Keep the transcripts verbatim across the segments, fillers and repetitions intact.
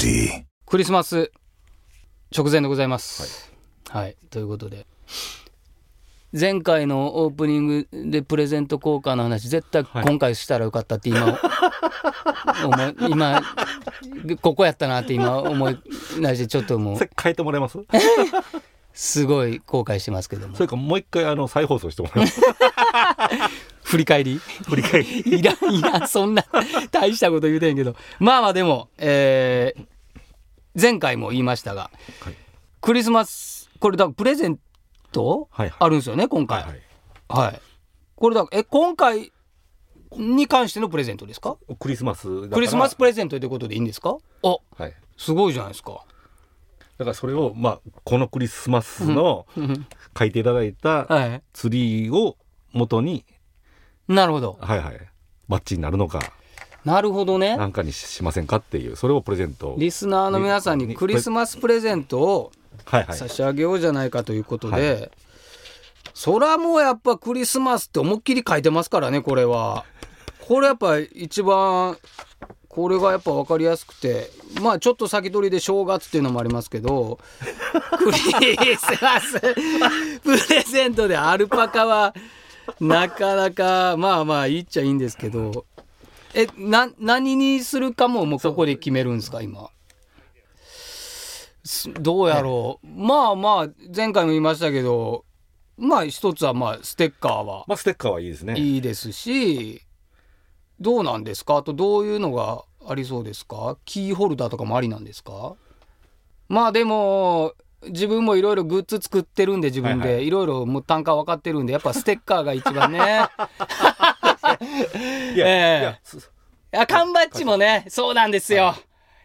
Melody。 クリスマス直前でございます、はい、はい、ということで前回のオープニングでプレゼント交換の話絶対今回したらよかったって今、はい、思い今ここやったなって今思い出してちょっともう変えてもらえますすごい後悔してますけども、 それかもう一回あの再放送してもらえます振り返り振り返りいらんいらんそんな大したこと言うてんけど、まあまあでも、えー、前回も言いましたが、はい、クリスマスこれだからプレゼント、はいはい、あるんですよね今回、はいはいはい、これだえ今回に関してのプレゼントですか？ クリスマスだからクリスマスプレゼントということでいいんですか？あ、 はい、 すごいじゃないですか。 だからそれを、まあ、このクリスマスの書いていただいたツリーを元に、 なるほど、 はいはい、バッジになるのかなるほどね、 なんかにしませんかっていう、それをプレゼント、 リスナーの皆さんにクリスマスプレゼントを差し上げようじゃないかということで、はいはい、そらもうやっぱクリスマスって思いっきり書いてますからね。これはこれやっぱ一番これがやっぱ分かりやすくて、まあちょっと先取りで正月っていうのもありますけどクリスマスプレゼントでアルパカはなかなかまあまあいいっちゃいいんですけど、えな何にするかももうここで決めるんですか今？どうやろう、まあまあ前回も言いましたけど、まあ一つはまあステッカーは、 まあ、ステッカーはいいですね。 いいですし、どうなんですか？あとどういうのがありそうですか？キーホルダーとかもありなんですか？まあでも自分もいろいろグッズ作ってるんで自分でいろいろもう単価分かってるんでやっぱステッカーが一番ねいや、えー、いや、いや缶バッジもねそうなんですよ、はい、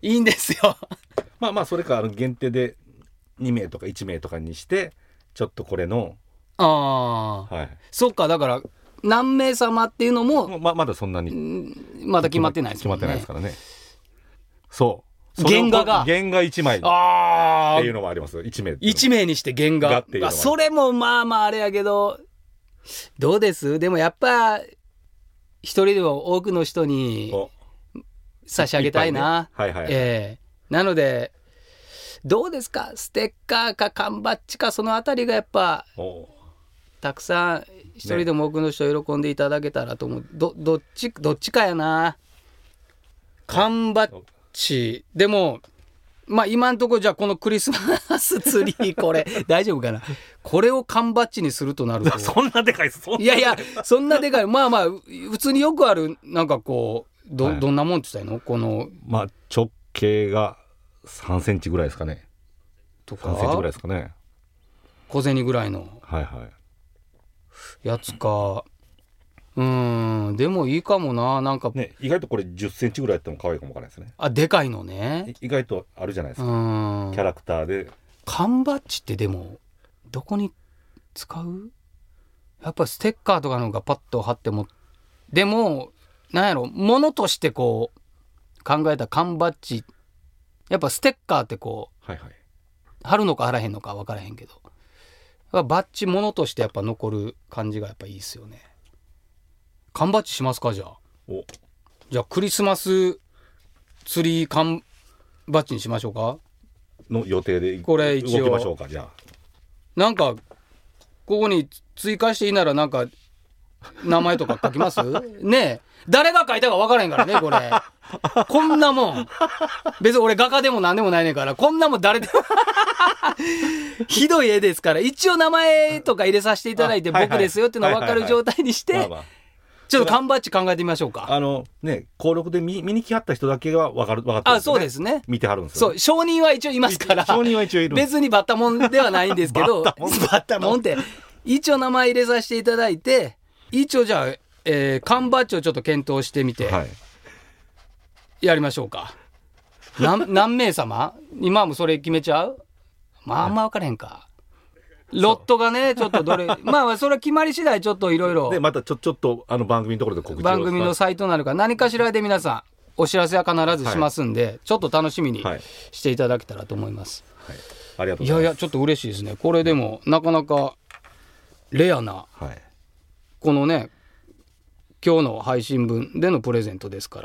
いいんですよまあまあそれか限定でにめいとかいちめいとかにしてちょっとこれのああ、はい、そっか、だから何名様っていうのもま, まだそんなにまだ決まってないですもんね。 決まってないですからね。そう原画が原画いちまいっていうのもあります。いちめいいちめいにして原画っていうのはそれもまあまああれやけど、どうです？でもやっぱ一人でも多くの人に差し上げたいな、いっぱいね、はいはい、えー、なのでどうですか？ステッカーか缶バッジかそのあたりがやっぱたくさん一人でも多くの人喜んでいただけたらと思う、ね、ど, どっちどっちかやな。缶バッジでもまあ今んとこじゃあこのクリスマスツリーこれ大丈夫かな、これを缶バッジにするとなるとそんなでかいです。 いやいやそんなでかい、まあまあ普通によくあるなんかこう ど,、はい、どんなもんって言ったらいいの？このまあ直径がさんセンチぐらいですかね。とかさんセンチぐらいですかね。 小銭ぐらいのはいはいやつか。うーんでもいいかもな。なんか、 ね、意外とこれじゅっセンチぐらいやっても可愛いかもわからないですね。 あ、でかいのね。 意外とあるじゃないですか、うんキャラクターで。 缶バッジってでもどこに使う？やっぱステッカーとかの方がパッと貼っても、でもなんやろ、物としてこう考えた缶バッジ、やっぱステッカーってこう、はいはい、貼るのか貼らへんのか分からへんけど、バッジ物としてやっぱ残る感じがやっぱいいですよね。缶バッジしますか？じゃあおじゃあクリスマスツリー缶バッジにしましょうかの予定でこれ一応動きましょうか。じゃあなんかここに追加していいならなんか名前とか書きますねえ、誰が書いたか分からへんからねこれこんなもん別に俺画家でも何でもないねんから、こんなもん誰でもひどい絵ですから、一応名前とか入れさせていただいて僕ですよっていうのが分かる状態にしてちょっと缶バッジ考えてみましょうか。 あのね、登録で 見, 見に来はった人だけが分かる分かってるんですよね。 あ、そうですね。 見てはるんですよ、ね、 そう、証人は一応いますから証人は一応いる。 別にバッタモンではないんですけどバッタモンって一応名前入れさせていただいて、一応じゃあ、えー、缶バッジをちょっと検討してみて、はい、やりましょうか。何, 何名様今もそれ決めちゃう？まああんま分からへんか、ロットがねちょっとどれまあそれは決まり次第ちょっといろいろでまたちょちょっとあの番組のところで告知を番組のサイトなるか何かしらで皆さんお知らせは必ずしますんで、はい、ちょっと楽しみにしていただけたらと思います、 はい、ありがとうございます。 いやいやちょっと嬉しいですねこれ。でもなかなかレアな、はい、このね今日の配信分でのプレゼントですから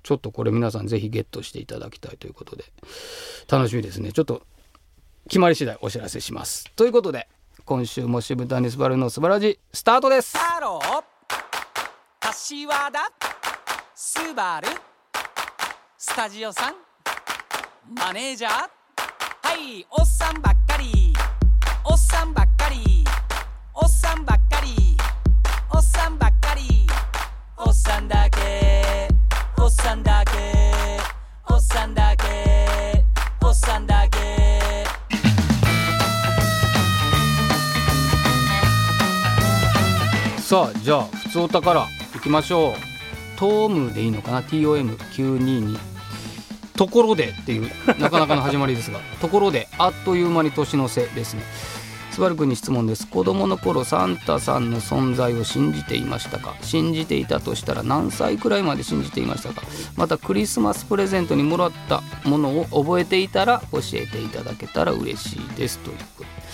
ちょっとこれ皆さんぜひゲットしていただきたいということで楽しみですね。ちょっと決まり次第お知らせします。ということで今週も渋谷スバルの素晴らしいスタートです。 ハロー柏田スバルスタジオさんマネージャーはいおっさんばっかりおっさんばっかりおっさんばっかりおっさんばっかりおっさんだけおっさんだけおっさんだけおっさんだけさあじゃあふつおたからいきましょう。トームでいいのかな ティーオーエムきゅうにに ところでっていうなかなかの始まりですがところであっという間に年の瀬ですね。スバル君に質問です。子供の頃サンタさんの存在を信じていましたか？信じていたとしたら何歳くらいまで信じていましたか？またクリスマスプレゼントにもらったものを覚えていたら教えていただけたら嬉しいですということで、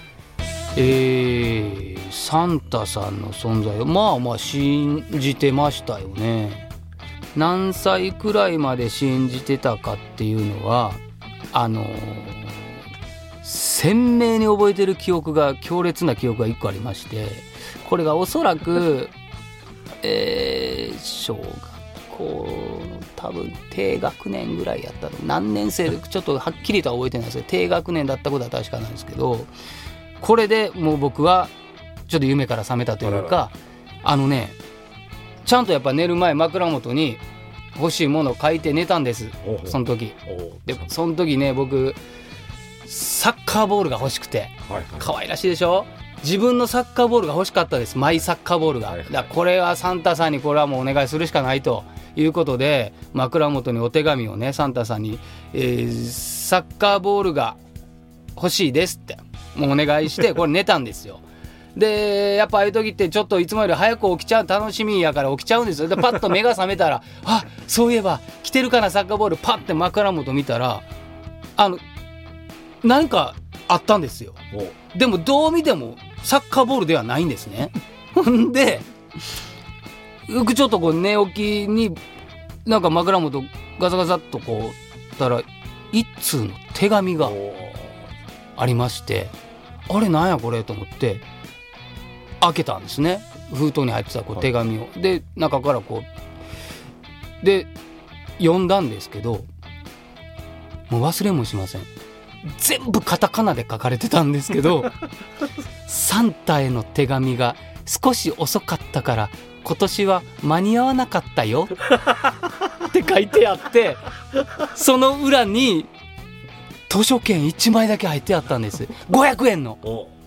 えー、サンタさんの存在をまあまあ信じてましたよね。何歳くらいまで信じてたかっていうのはあのー、鮮明に覚えてる記憶が強烈な記憶がいっこありまして、これがおそらく、えー、小学校の多分低学年ぐらいやったの何年生でちょっとはっきりとは覚えてないですけど低学年だったことは確かなんですけど、これでもう僕はちょっと夢から覚めたというか、あのねちゃんとやっぱ寝る前枕元に欲しいものを書いて寝たんです。その時でその時ね僕サッカーボールが欲しくて、はいはい、可愛らしいでしょ。自分のサッカーボールが欲しかったです。マイサッカーボールが、はいはい、だこれはサンタさんにこれはもうお願いするしかないということで枕元にお手紙をねサンタさんに、えー、サッカーボールが欲しいですってもうお願いしてこれ寝たんですよ。でやっぱああいう時ってちょっといつもより早く起きちゃう楽しみやから起きちゃうんですよ。でパッと目が覚めたらあそういえば来てるかなサッカーボールパッて枕元見たらあの何かあったんですよ。でもどう見てもサッカーボールではないんですね。でちょっとこう寝起きになんか枕元ガサガサっとこうたら一通の手紙がありまして、あれなんやこれと思って開けたんですね。封筒に入ってたこう手紙を、で中からこうで読んだんですけどもう忘れもしません。全部カタカナで書かれてたんですけどサンタへの手紙が少し遅かったから今年は間に合わなかったよって書いてあってその裏に図書券いちまいだけ入ってあったんです。ごひゃくえんの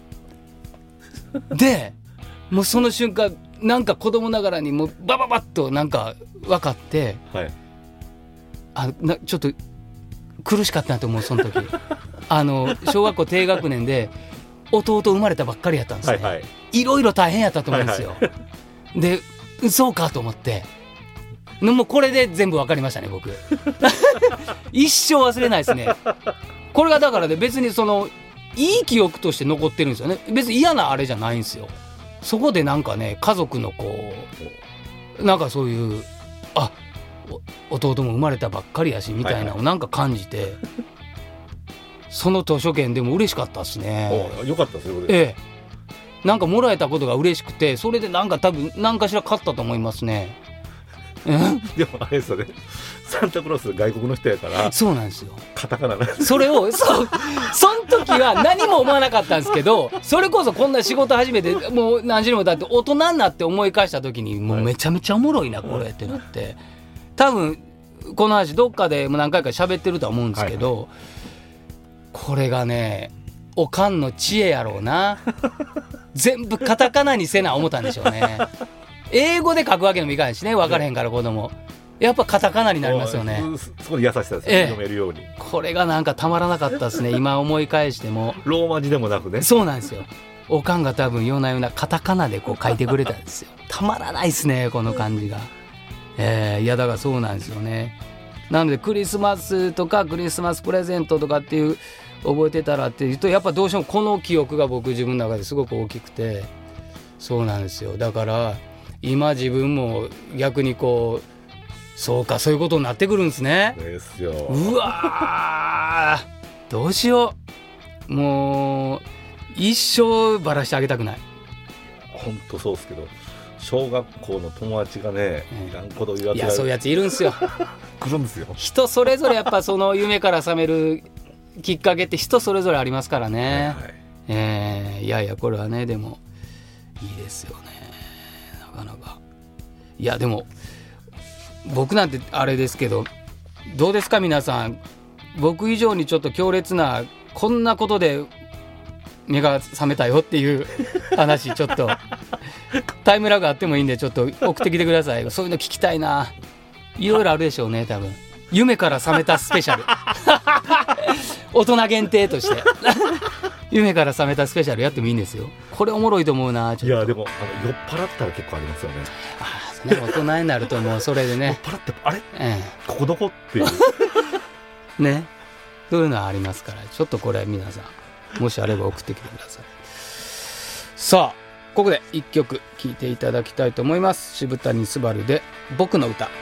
でもうその瞬間なんか子供ながらにもうバババッとなんか分かって、はい、あなちょっと苦しかったなと思う。その時あの小学校低学年で弟生まれたばっかりやったんですね、はいはい、いろいろ大変やったと思うんですよ、はいはい、でそうかと思ってもうこれで全部分かりましたね僕一生忘れないですね。これがだからね別にそのいい記憶として残ってるんですよね。別に嫌なあれじゃないんですよ。そこでなんかね家族のこうなんかそういうあ弟も生まれたばっかりやしみたいなのをなんか感じて、はいはい、その図書券でも嬉しかったですね。 よかったですね。 ええ、なんかもらえたことが嬉しくてそれでなんか多分何かしら買ったと思いますね。 でもあれですよね、サンタクロース外国の人やからそうなんですよカタカナなんです。 それをそその時は何も思わなかったんですけどそれこそこんな仕事始めてもう何十年も経って大人になって思い返した時にもうめちゃめちゃおもろいなこれってなって、はい、多分この話どっかでも何回か喋ってるとは思うんですけど、はいはい、これがねおかんの知恵やろうな全部カタカナにせな思ったんでしょうね。英語で書くわけにもいかないしね分からへんから子供やっぱカタカナになりますよね。 そこで優しさですね、ええ、読めるように。 これがなんかたまらなかったですね今思い返しても。 ローマ字でもなくね。 そうなんですよ。おかんが多分夜な夜なカタカナでこう書いてくれたんですよ。たまらないですねこの感じが、えー、いやだからそうなんですよね。なのでクリスマスとかクリスマスプレゼントとかっていう覚えてたらっていうとやっぱどうしてもこの記憶が僕自分の中ですごく大きくて、そうなんですよ。だから今自分も逆にこそうか、そういうことになってくるんですね。 ですよ。 うわー、どうしよう。もう一生バラしてあげたくない。 本当そうですけど、小学校の友達がね、うん、いらんこと言わせられる。 いや、そういうやついるんですよ。 来るんですよ。 人それぞれやっぱその夢から覚めるきっかけって人それぞれありますからね。はいはい、えー、いやいや、これはね、でもいいですよね、なかなか。いやでも僕なんてあれですけど、どうですか皆さん。僕以上にちょっと強烈なこんなことで目が覚めたよっていう話ちょっとタイムラグあってもいいんでちょっと送ってきてください。そういうの聞きたいな。いろいろあるでしょうね多分。夢から覚めたスペシャル大人限定として夢から覚めたスペシャルやってもいいんですよ。これおもろいと思うな。ちょっと。 いやでもあの酔っ払ったら結構ありますよね。 あ、ね、大人になるともうそれでね酔っ払ってあれ、 ええ、 ここどこっていうね、そういうのはありますから、ちょっとこれ皆さんもしあれば送ってきてください。さあここでいっきょく聴いていただきたいと思います。渋谷昴で僕の歌。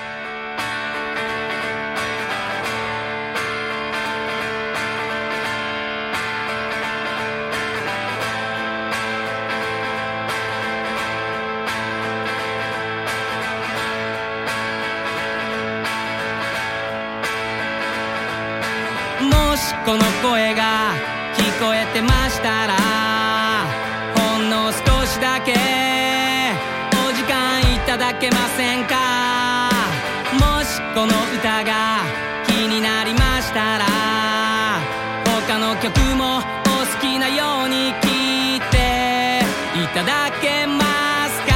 もしこの声が聞こえてましたら、ほんの少しだけお時間いただけませんか。もしこの歌が気になりましたら、他の曲もお好きなように聞いていただけますか。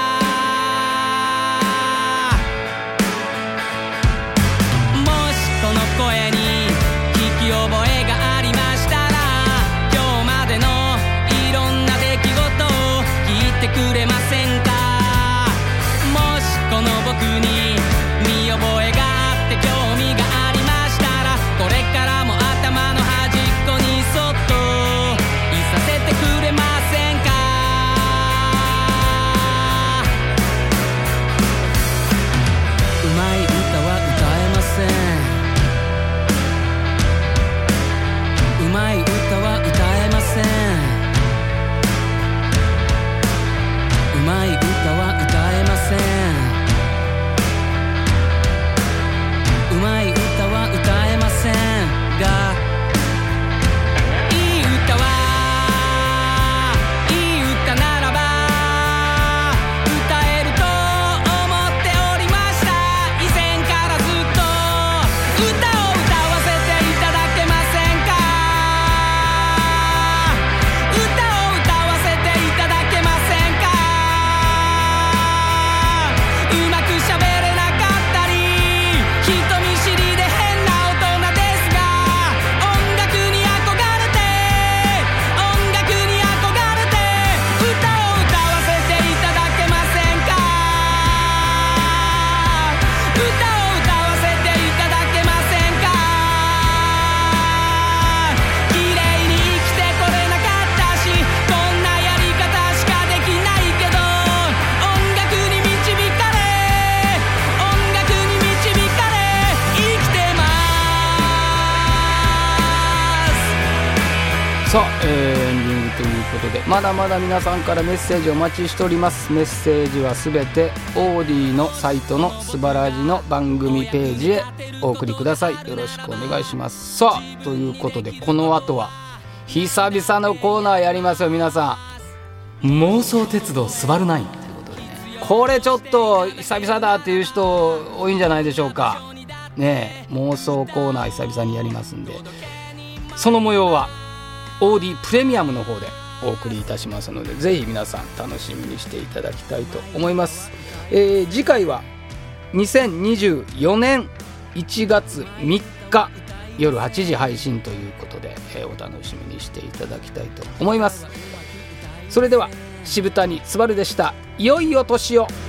もしこの声に聞き覚えがありましたら、今日までのいろんな出来事を聞いてくれませんか。もしこの僕に見覚えがあって興味がありましたら、これからも頭の端っこにそっといさせてくれませんか。うまい歌は歌えません。うまい歌は歌えません。うまい歌は歌えません。うまい歌は歌えませんが、いい歌はいい歌ならば歌えると思っておりました。以前からずっと歌を歌わせていただけませんか。歌を歌わせていただけませんか。うまく喋れなかったり人見知りで変な大人ですが、音楽に憧れて音楽に憧れて歌を歌わせていただけませんか。歌を歌わせていただけませんか。綺麗に生きてこれなかったし、こんなやり方しかできないけど、音楽に導かれ音楽に導かれ生きてます。 さあ、えーエンディングということで、まだまだ皆さんからメッセージお待ちしております。メッセージはすべてオーディのサイトのすばらじの番組ページへお送りください。よろしくお願いします。さあということで、この後は久々のコーナーやりますよ皆さん。妄想鉄道スバルナインということでね、これちょっと久々だっていう人多いんじゃないでしょうかね。妄想コーナー久々にやりますんで、その模様はオーディプレミアムの方でお送りいたしますので、ぜひ皆さん楽しみにしていただきたいと思います。えー、次回はにせんにじゅうよねんいちがつみっか夜はちじ配信ということで、えー、お楽しみにしていただきたいと思います。それでは渋谷昴でした。いよいよ年を。